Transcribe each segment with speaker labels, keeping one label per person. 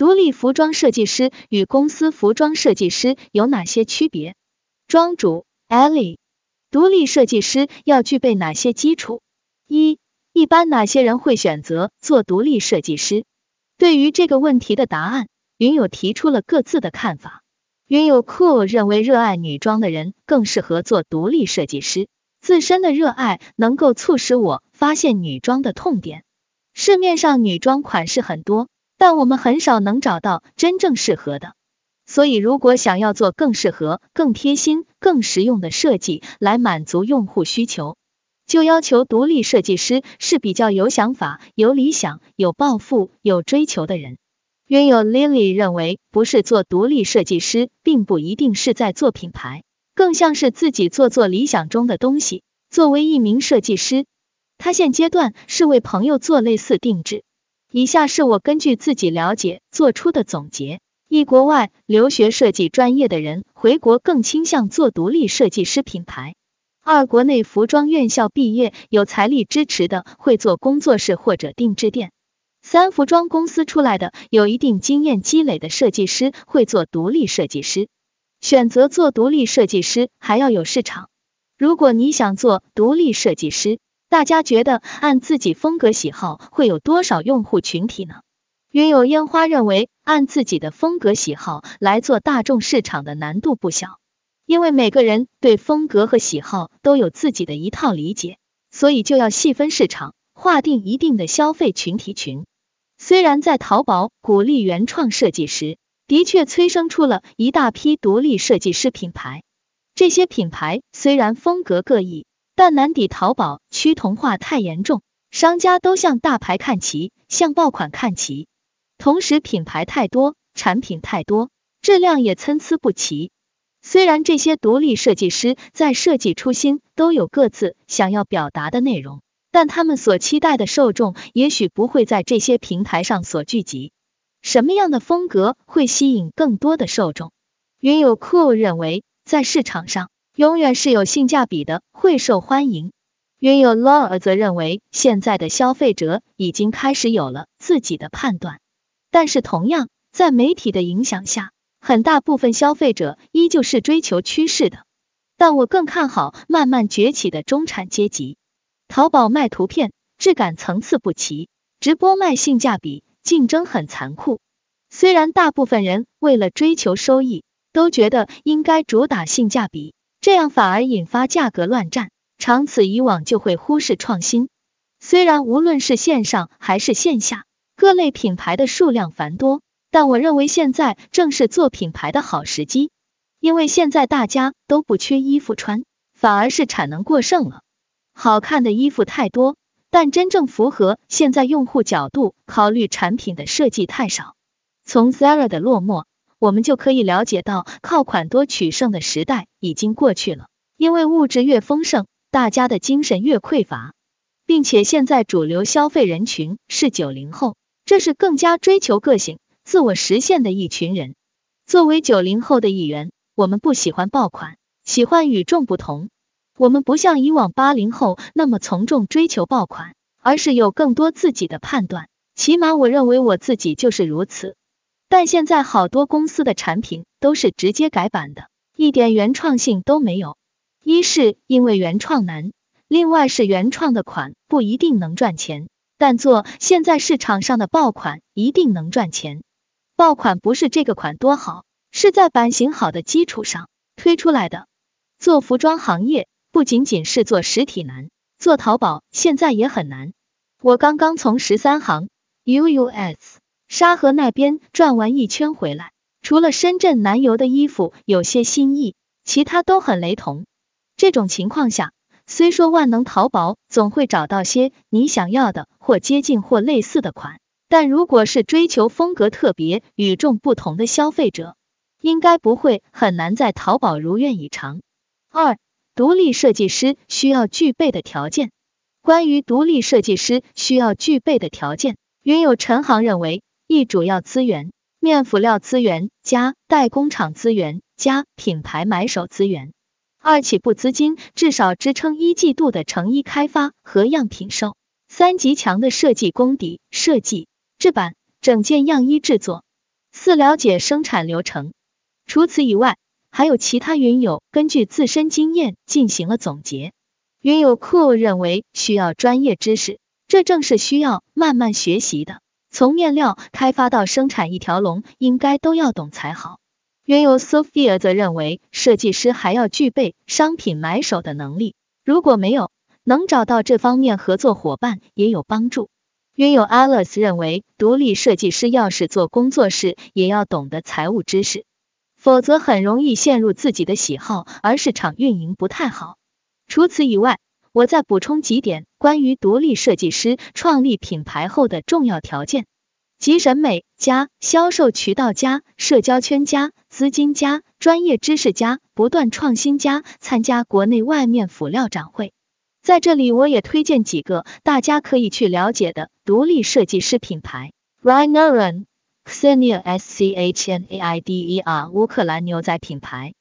Speaker 1: 独立服装设计师与公司服装设计师有哪些区别？庄主 Ellie， 独立设计师要具备哪些基础？一般哪些人会选择做独立设计师？对于这个问题的答案，云友提出了各自的看法。云友 Cool 认为热爱女装的人更适合做独立设计师，自身的热爱能够促使我发现女装的痛点。市面上女装款式很多，但我们很少能找到真正适合的。所以如果想要做更适合、更贴心、更实用的设计来满足用户需求，就要求独立设计师是比较有想法、有理想、有抱负、有追求的人。云友 Lily 认为，不是做独立设计师，并不一定是在做品牌，更像是自己做理想中的东西。作为一名设计师，他现阶段是为朋友做类似定制。以下是我根据自己了解做出的总结。国外留学设计专业的人回国更倾向做独立设计师品牌。国内服装院校毕业有财力支持的会做工作室或者定制店。服装公司出来的有一定经验积累的设计师会做独立设计师。选择做独立设计师还要有市场。如果你想做独立设计师，大家觉得按自己风格喜好会有多少用户群体呢？云友烟花认为，按自己的风格喜好来做大众市场的难度不小，因为每个人对风格和喜好都有自己的一套理解，所以就要细分市场，划定一定的消费群体群。虽然在淘宝鼓励原创设计时，的确催生出了一大批独立设计师品牌，这些品牌虽然风格各异，但难抵淘宝趋同化太严重，商家都向大牌看齐，向爆款看齐。同时品牌太多，产品太多，质量也参差不齐。虽然这些独立设计师在设计初心都有各自想要表达的内容，但他们所期待的受众也许不会在这些平台上所聚集。什么样的风格会吸引更多的受众？云友 Cool 认为，在市场上永远是有性价比的，会受欢迎。云友 Law 则认为，现在的消费者已经开始有了自己的判断，但是同样，在媒体的影响下，很大部分消费者依旧是追求趋势的。但我更看好慢慢崛起的中产阶级。淘宝卖图片，质感层次不齐；直播卖性价比，竞争很残酷。虽然大部分人为了追求收益，都觉得应该主打性价比，这样反而引发价格乱战，长此以往就会忽视创新。虽然无论是线上还是线下，各类品牌的数量繁多，但我认为现在正是做品牌的好时机，因为现在大家都不缺衣服穿，反而是产能过剩了。好看的衣服太多，但真正符合现在用户角度考虑产品的设计太少。从 Zara 的落寞，我们就可以了解到，靠款多取胜的时代已经过去了，因为物质越丰盛，大家的精神越匮乏，并且现在主流消费人群是90后，这是更加追求个性、自我实现的一群人。作为90后的一员，我们不喜欢爆款，喜欢与众不同。我们不像以往80后那么从众追求爆款，而是有更多自己的判断，起码我认为我自己就是如此。但现在好多公司的产品都是直接改版的，一点原创性都没有。一是因为原创难，另外是原创的款不一定能赚钱，但做现在市场上的爆款一定能赚钱。爆款不是这个款多好，是在版型好的基础上推出来的。做服装行业不仅仅是做实体难，做淘宝现在也很难。我刚刚从13行 UUS 沙河那边转完一圈回来，除了深圳南邮的衣服有些新意，其他都很雷同。这种情况下，虽说万能淘宝总会找到些你想要的或接近或类似的款，但如果是追求风格特别、与众不同的消费者，应该不会很难在淘宝如愿以偿。独立设计师需要具备的条件。关于独立设计师需要具备的条件，云友陈航认为，一主要资源、面辅料资源加代工厂资源加品牌买手资源。起步资金至少支撑1季度的成衣开发和样品售。极强的设计功底，设计、制版、整件样衣制作。 4、了解生产流程。除此以外，还有其他云友根据自身经验进行了总结。云友 Cool 认为需要专业知识，这正是需要慢慢学习的。从面料开发到生产一条龙，应该都要懂才好。云友 Sophia 则认为，设计师还要具备商品买手的能力，如果没有，能找到这方面合作伙伴也有帮助。云友 Alice 认为，独立设计师要是做工作室，也要懂得财务知识，否则很容易陷入自己的喜好，而市场运营不太好。除此以外，我再补充几点关于独立设计师创立品牌后的重要条件，即审美加、销售渠道加、社交圈加、资金加、专业知识加、不断创新加、参加国内外面辅料展会。在这里我也推荐几个大家可以去了解的独立设计师品牌 Rhineron Xenia SCHNAIDER 乌克兰牛仔品牌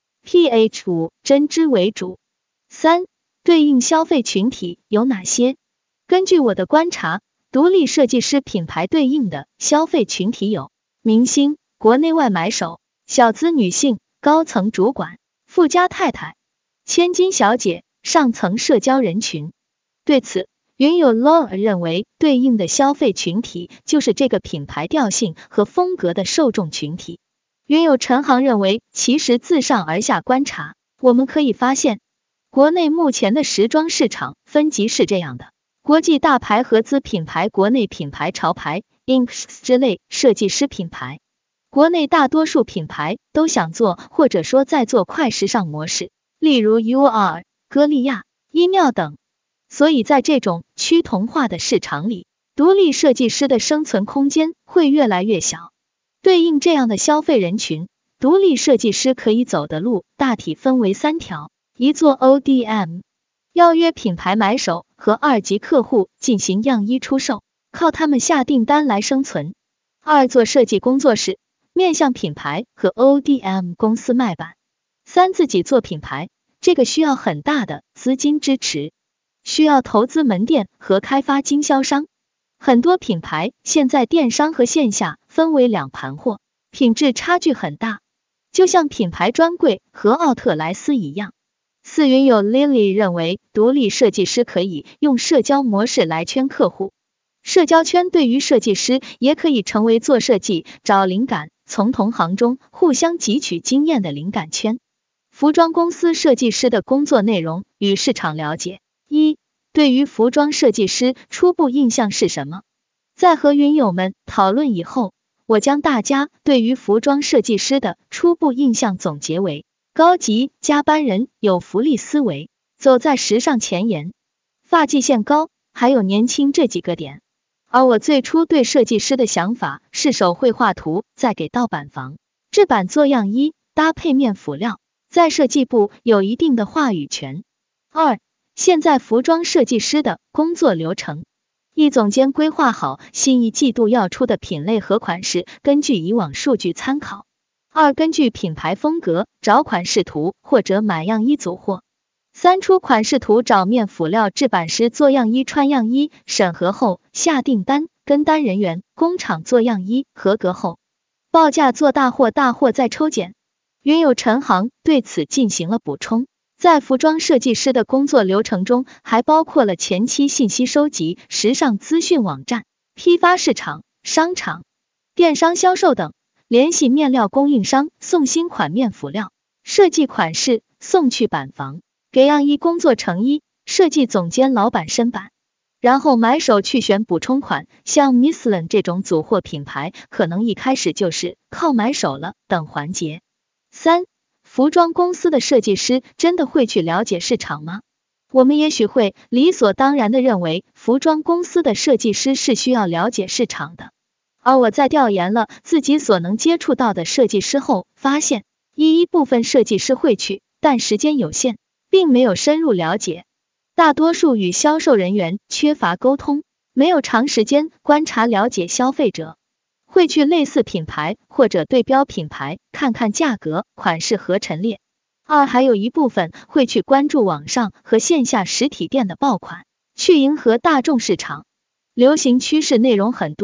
Speaker 1: PH5 针织为主。3、对应消费群体有哪些？根据我的观察，独立设计师品牌对应的消费群体有明星、国内外买手、小资女性、高层主管、富家太太、千金小姐、上层社交人群。对此，云友 Laura 认为对应的消费群体就是这个品牌调性和风格的受众群体。云友陈航认为，其实自上而下观察，我们可以发现，国内目前的时装市场分级是这样的：国际大牌合资品牌、国内品牌潮牌、Inks 之类设计师品牌。国内大多数品牌都想做或者说在做快时尚模式，例如 UR、歌利亚、伊妙等。所以在这种趋同化的市场里，独立设计师的生存空间会越来越小。对应这样的消费人群，独立设计师可以走的路大体分为3条：一、做 ODM， 要约品牌买手和2级客户进行样衣出售，靠他们下订单来生存； 2、做设计工作室，面向品牌和 ODM 公司卖版； 3、自己做品牌，这个需要很大的资金支持，需要投资门店和开发经销商。很多品牌现在电商和线下分为2盘货，品质差距很大，就像品牌专柜和奥特莱斯一样。4、云友 Lily 认为，独立设计师可以用社交模式来圈客户，社交圈对于设计师也可以成为做设计、找灵感、从同行中互相汲取经验的灵感圈。服装公司设计师的工作内容与市场了解。1、对于服装设计师初步印象是什么？在和云友们讨论以后，我将大家对于服装设计师的初步印象总结为：高级、加班人、有福利思维、走在时尚前沿、发际线高，还有年轻这几个点。而我最初对设计师的想法是手绘画图，再给到版房制版做样衣，搭配面辅料，在设计部有一定的话语权。2、现在服装设计师的工作流程：一、总监规划好新一季度要出的品类和款式，根据以往数据参考； 2、根据品牌风格找款式图或者买样衣组货； 3、出款式图找面辅料制版师做样衣穿样衣，审核后下订单，跟单人员工厂做样衣，合格后报价做大货，大货再抽检。云友陈航对此进行了补充，在服装设计师的工作流程中，还包括了前期信息收集、时尚资讯网站、批发市场、商场、电商销售等，联系面料供应商送新款面辅料，设计款式，送去版房，给样衣工作成衣，设计总监老板申版，然后买手去选补充款，像 Michelin 这种组货品牌，可能一开始就是靠买手了等环节。3、服装公司的设计师真的会去了解市场吗？我们也许会理所当然的认为，服装公司的设计师是需要了解市场的。而我在调研了自己所能接触到的设计师后，发现一部分设计师会去，但时间有限，并没有深入了解。大多数与销售人员缺乏沟通，没有长时间观察了解消费者。会去类似品牌或者对标品牌，看看价格、款式和陈列。2、还有一部分会去关注网上和线下实体店的爆款，去迎合大众市场。流行趋势内容很多，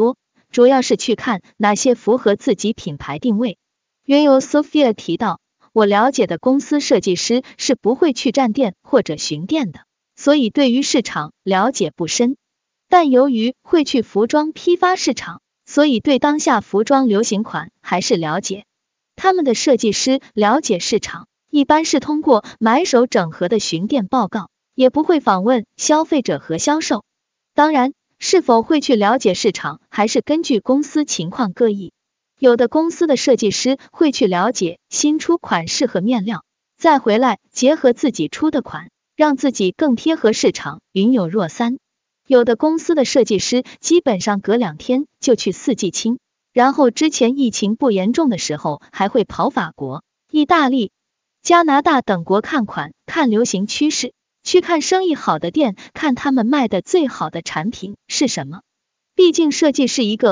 Speaker 1: 主要是去看哪些符合自己品牌定位。原由 Sophia 提到，我了解的公司设计师是不会去站店或者巡店的，所以对于市场了解不深。但由于会去服装批发市场，所以对当下服装流行款还是了解。他们的设计师了解市场，一般是通过买手整合的巡店报告，也不会访问消费者和销售。当然，是否会去了解市场，还是根据公司情况各异。有的公司的设计师会去了解新出款式和面料，再回来结合自己出的款，让自己更贴合市场，云有若三。有的公司的设计师基本上隔2天就去四季青，然后之前疫情不严重的时候还会跑法国、意大利、加拿大等国看款，看流行趋势，去看生意好的店，看他们卖的最好的产品是什么。毕竟设计是一个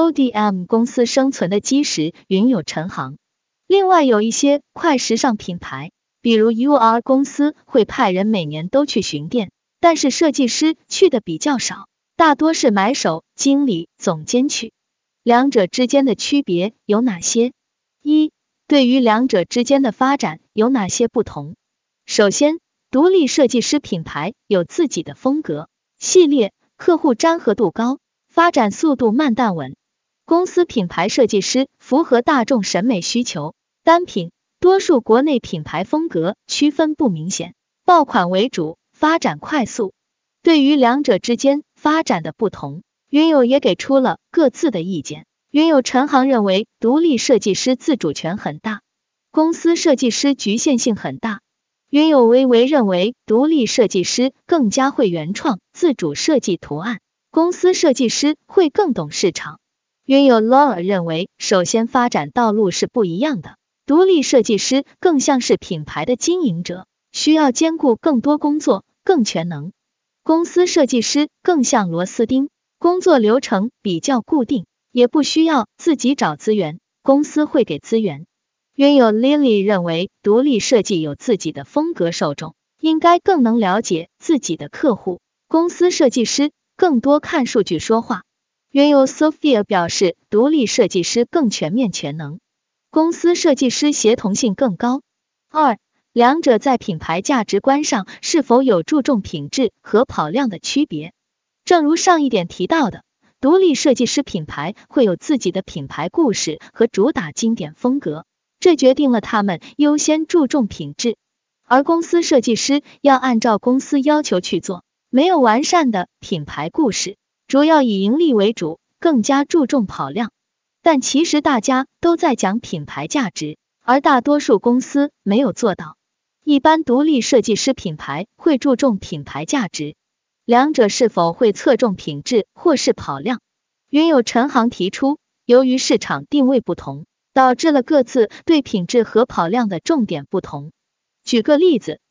Speaker 1: ODM 公司生存的基石，云有陈航。另外有一些快时尚品牌，比如 UR 公司会派人每年都去巡店，但是设计师去的比较少，大多是买手、经理、总监去。两者之间的区别有哪些？一、对于两者之间的发展有哪些不同？首先，独立设计师品牌有自己的风格、系列，客户粘合度高，发展速度慢但稳。公司品牌设计师符合大众审美需求，单品，多数国内品牌风格区分不明显，爆款为主，发展快速。对于两者之间发展的不同，云友也给出了各自的意见。云友陈航认为，独立设计师自主权很大，公司设计师局限性很大。云友微微认为，独立设计师更加会原创，自主设计图案，公司设计师会更懂市场。云友 Laura 认为，首先发展道路是不一样的，独立设计师更像是品牌的经营者，需要兼顾更多工作，更全能。公司设计师更像螺丝钉，工作流程比较固定，也不需要自己找资源，公司会给资源。云友 Lily 认为，独立设计有自己的风格受众，应该更能了解自己的客户，公司设计师更多看数据说话。云友 Sophia 表示，独立设计师更全面全能，公司设计师协同性更高。二、两者在品牌价值观上是否有注重品质和跑量的区别？正如上一点提到的，独立设计师品牌会有自己的品牌故事和主打经典风格，这决定了他们优先注重品质，而公司设计师要按照公司要求去做，没有完善的品牌故事，主要以盈利为主，更加注重跑量。但其实大家都在讲品牌价值，而大多数公司没有做到。一般独立设计师品牌会注重品牌价值，两者是否会侧重品质或是跑量？云友陈航提出，由于市场定位不同，导致了各自对品质和跑量的重点不同。举个例子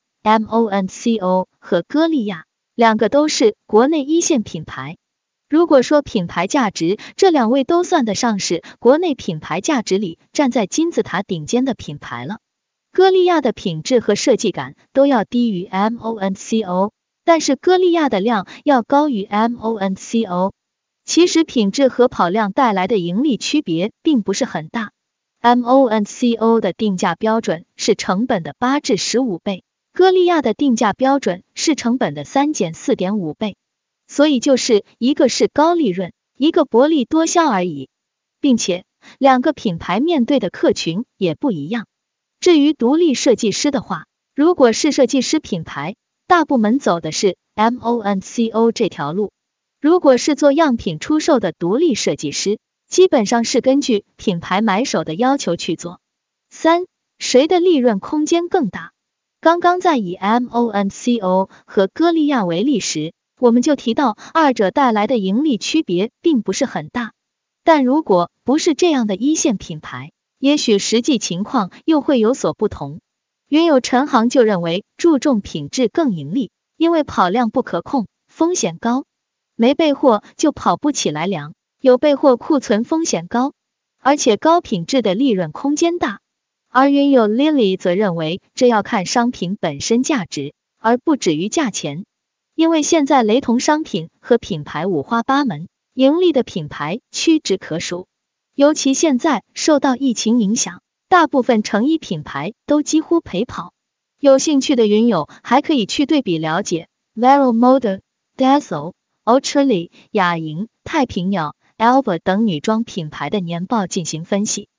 Speaker 1: ，MONCO 和歌利亚，两个都是国内一线品牌。如果说品牌价值，这两位都算得上是国内品牌价值里站在金字塔顶尖的品牌了。歌利亚的品质和设计感都要低于 MONCO， 但是歌利亚的量要高于 MONCO。其实品质和跑量带来的盈利区别并不是很大。MONCO 的定价标准是成本的8至15倍，歌利亚的定价标准是成本的3减 4.5 倍。所以就是一个是高利润，一个薄利多销而已，并且两个品牌面对的客群也不一样。至于独立设计师的话，如果是设计师品牌，大部门走的是 MONCO 这条路。如果是做样品出售的独立设计师，基本上是根据品牌买手的要求去做。三、谁的利润空间更大？刚刚在以 MONCO 和歌利亚为例时，我们就提到二者带来的盈利区别并不是很大。但如果不是这样的一线品牌，也许实际情况又会有所不同。云友陈航就认为注重品质更盈利，因为跑量不可控，风险高，没备货就跑不起来量，有备货库存风险高，而且高品质的利润空间大。而云友 Lily 则认为这要看商品本身价值，而不止于价钱。因为现在雷同商品和品牌五花八门， 盈利的品牌屈指可数。尤其现在受到疫情影响，大部分成衣品牌都几乎陪跑。有兴趣的云友还可以去对比了解 Vero Moda、Dazzle、Ultrali、雅莹、太平鸟、Elva 等女装品牌的年报进行分析。